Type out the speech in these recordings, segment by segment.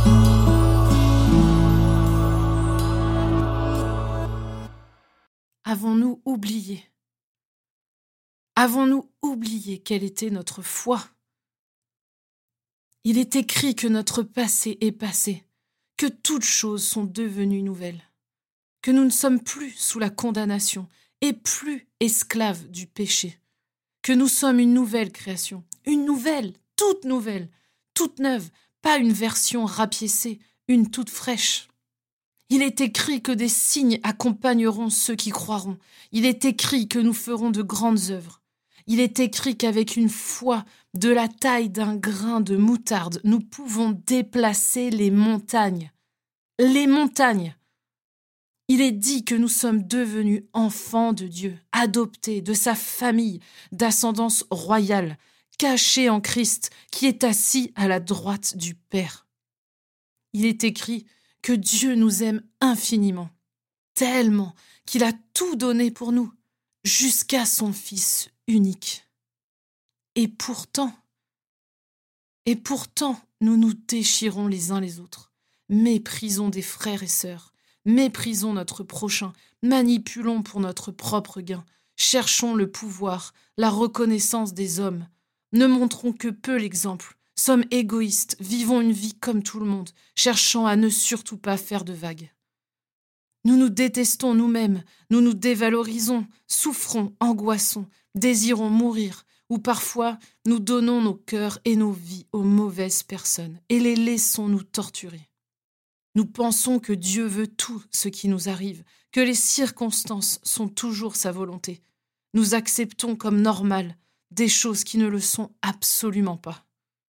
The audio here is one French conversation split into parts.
Avons-nous oublié? Avons-nous oublié quelle était notre foi? Il est écrit que notre passé est passé, que toutes choses sont devenues nouvelles, que nous ne sommes plus sous la condamnation et plus esclaves du péché, que nous sommes une nouvelle création, une nouvelle, toute neuve, pas une version rapiécée, une toute fraîche. Il est écrit que des signes accompagneront ceux qui croiront. Il est écrit que nous ferons de grandes œuvres. Il est écrit qu'avec une foi de la taille d'un grain de moutarde, nous pouvons déplacer les montagnes. Les montagnes! Il est dit que nous sommes devenus enfants de Dieu, adoptés de sa famille d'ascendance royale, cachés en Christ, qui est assis à la droite du Père. Il est écrit que Dieu nous aime infiniment, tellement qu'il a tout donné pour nous, jusqu'à son Fils unique. Et pourtant, nous nous déchirons les uns les autres, méprisons des frères et sœurs, méprisons notre prochain, manipulons pour notre propre gain, cherchons le pouvoir, la reconnaissance des hommes, ne montrons que peu l'exemple, sommes égoïstes, vivons une vie comme tout le monde, cherchant à ne surtout pas faire de vagues. Nous nous détestons nous-mêmes, nous nous dévalorisons, souffrons, angoissons, désirons mourir, ou parfois nous donnons nos cœurs et nos vies aux mauvaises personnes et les laissons nous torturer. Nous pensons que Dieu veut tout ce qui nous arrive, que les circonstances sont toujours sa volonté. Nous acceptons comme normal des choses qui ne le sont absolument pas.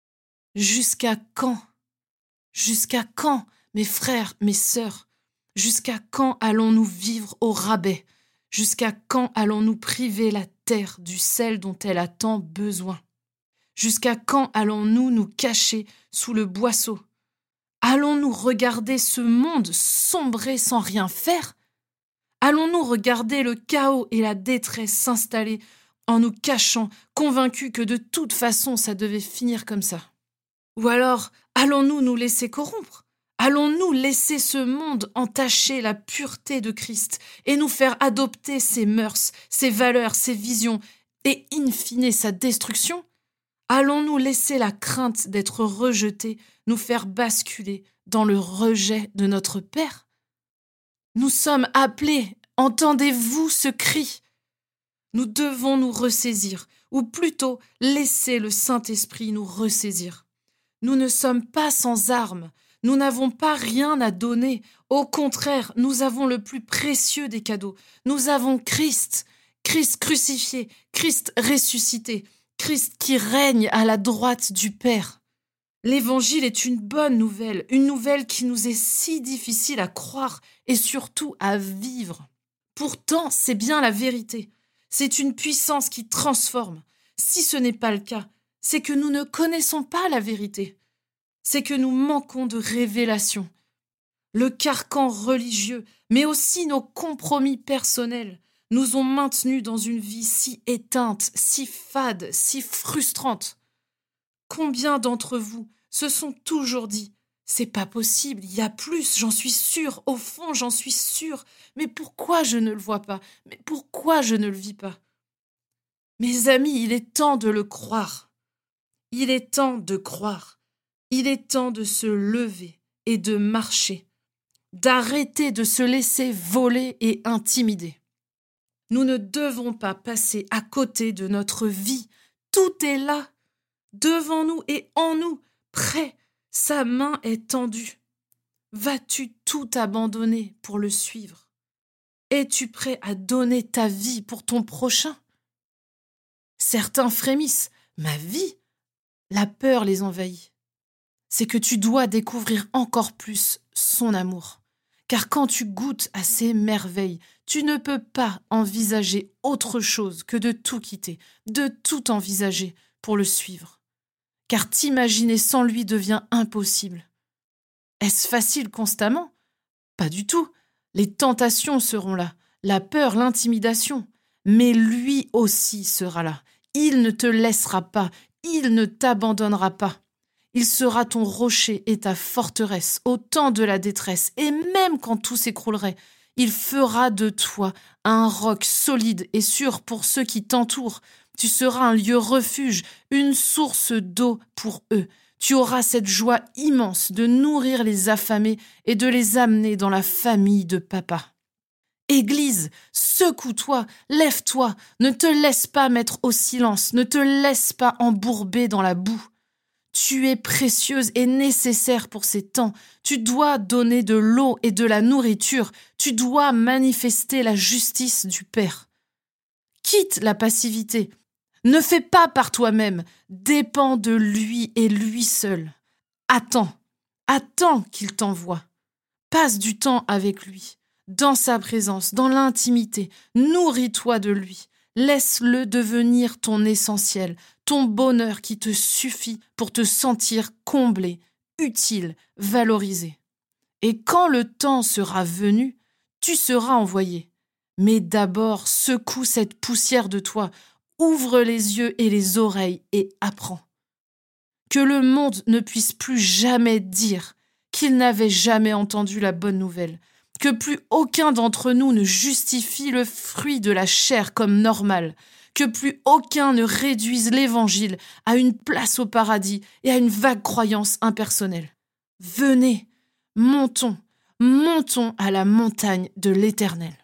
Jusqu'à quand? Jusqu'à quand, mes frères, mes sœurs? Jusqu'à quand allons-nous vivre au rabais? Jusqu'à quand allons-nous priver la terre du sel dont elle a tant besoin? Jusqu'à quand allons-nous nous cacher sous le boisseau? Allons-nous regarder ce monde sombrer sans rien faire? Allons-nous regarder le chaos et la détresse s'installer en nous cachant, convaincus que de toute façon ça devait finir comme ça? Ou alors, allons-nous nous laisser corrompre? Allons-nous laisser ce monde entacher la pureté de Christ et nous faire adopter ses mœurs, ses valeurs, ses visions et in fine sa destruction? Allons-nous laisser la crainte d'être rejetés nous faire basculer dans le rejet de notre Père? Nous sommes appelés, entendez-vous ce cri? Nous devons nous ressaisir, ou plutôt laisser le Saint-Esprit nous ressaisir. Nous ne sommes pas sans armes, nous n'avons pas rien à donner. Au contraire, nous avons le plus précieux des cadeaux. Nous avons Christ, Christ crucifié, Christ ressuscité, Christ qui règne à la droite du Père. L'Évangile est une bonne nouvelle, une nouvelle qui nous est si difficile à croire et surtout à vivre. Pourtant, c'est bien la vérité. C'est une puissance qui transforme. Si ce n'est pas le cas, c'est que nous ne connaissons pas la vérité. C'est que nous manquons de révélation. Le carcan religieux, mais aussi nos compromis personnels, nous ont maintenus dans une vie si éteinte, si fade, si frustrante. Combien d'entre vous se sont toujours dit « C'est pas possible, il y a plus, j'en suis sûre, au fond j'en suis sûre, mais pourquoi je ne le vois pas? Mais pourquoi je ne le vis pas ?» Mes amis, il est temps de le croire. Il est temps de croire. Il est temps de se lever et de marcher, d'arrêter de se laisser voler et intimider. Nous ne devons pas passer à côté de notre vie. Tout est là, devant nous et en nous, prêt. Sa main est tendue. Vas-tu tout abandonner pour le suivre? Es-tu prêt à donner ta vie pour ton prochain? Certains frémissent. Ma vie? La peur les envahit. C'est que tu dois découvrir encore plus son amour. Car quand tu goûtes à ses merveilles, tu ne peux pas envisager autre chose que de tout quitter, de tout envisager pour le suivre. Car t'imaginer sans lui devient impossible. Est-ce facile constamment? Pas du tout. Les tentations seront là, la peur, l'intimidation. Mais lui aussi sera là. Il ne te laissera pas, il ne t'abandonnera pas. Il sera ton rocher et ta forteresse au temps de la détresse, et même quand tout s'écroulerait, il fera de toi un roc solide et sûr pour ceux qui t'entourent. Tu seras un lieu refuge, une source d'eau pour eux. Tu auras cette joie immense de nourrir les affamés et de les amener dans la famille de papa. Église, secoue-toi, lève-toi, ne te laisse pas mettre au silence, ne te laisse pas embourber dans la boue. Tu es précieuse et nécessaire pour ces temps. Tu dois donner de l'eau et de la nourriture. Tu dois manifester la justice du Père. Quitte la passivité. Ne fais pas par toi-même. Dépends de lui et lui seul. Attends qu'il t'envoie. Passe du temps avec lui, dans sa présence, dans l'intimité. Nourris-toi de lui. Laisse-le devenir ton essentiel, ton bonheur qui te suffit pour te sentir comblé, utile, valorisé. Et quand le temps sera venu, tu seras envoyé. Mais d'abord, secoue cette poussière de toi, ouvre les yeux et les oreilles et apprends. Que le monde ne puisse plus jamais dire qu'il n'avait jamais entendu la bonne nouvelle, que plus aucun d'entre nous ne justifie le fruit de la chair comme normal, que plus aucun ne réduise l'Évangile à une place au paradis et à une vague croyance impersonnelle. Venez, montons à la montagne de l'Éternel.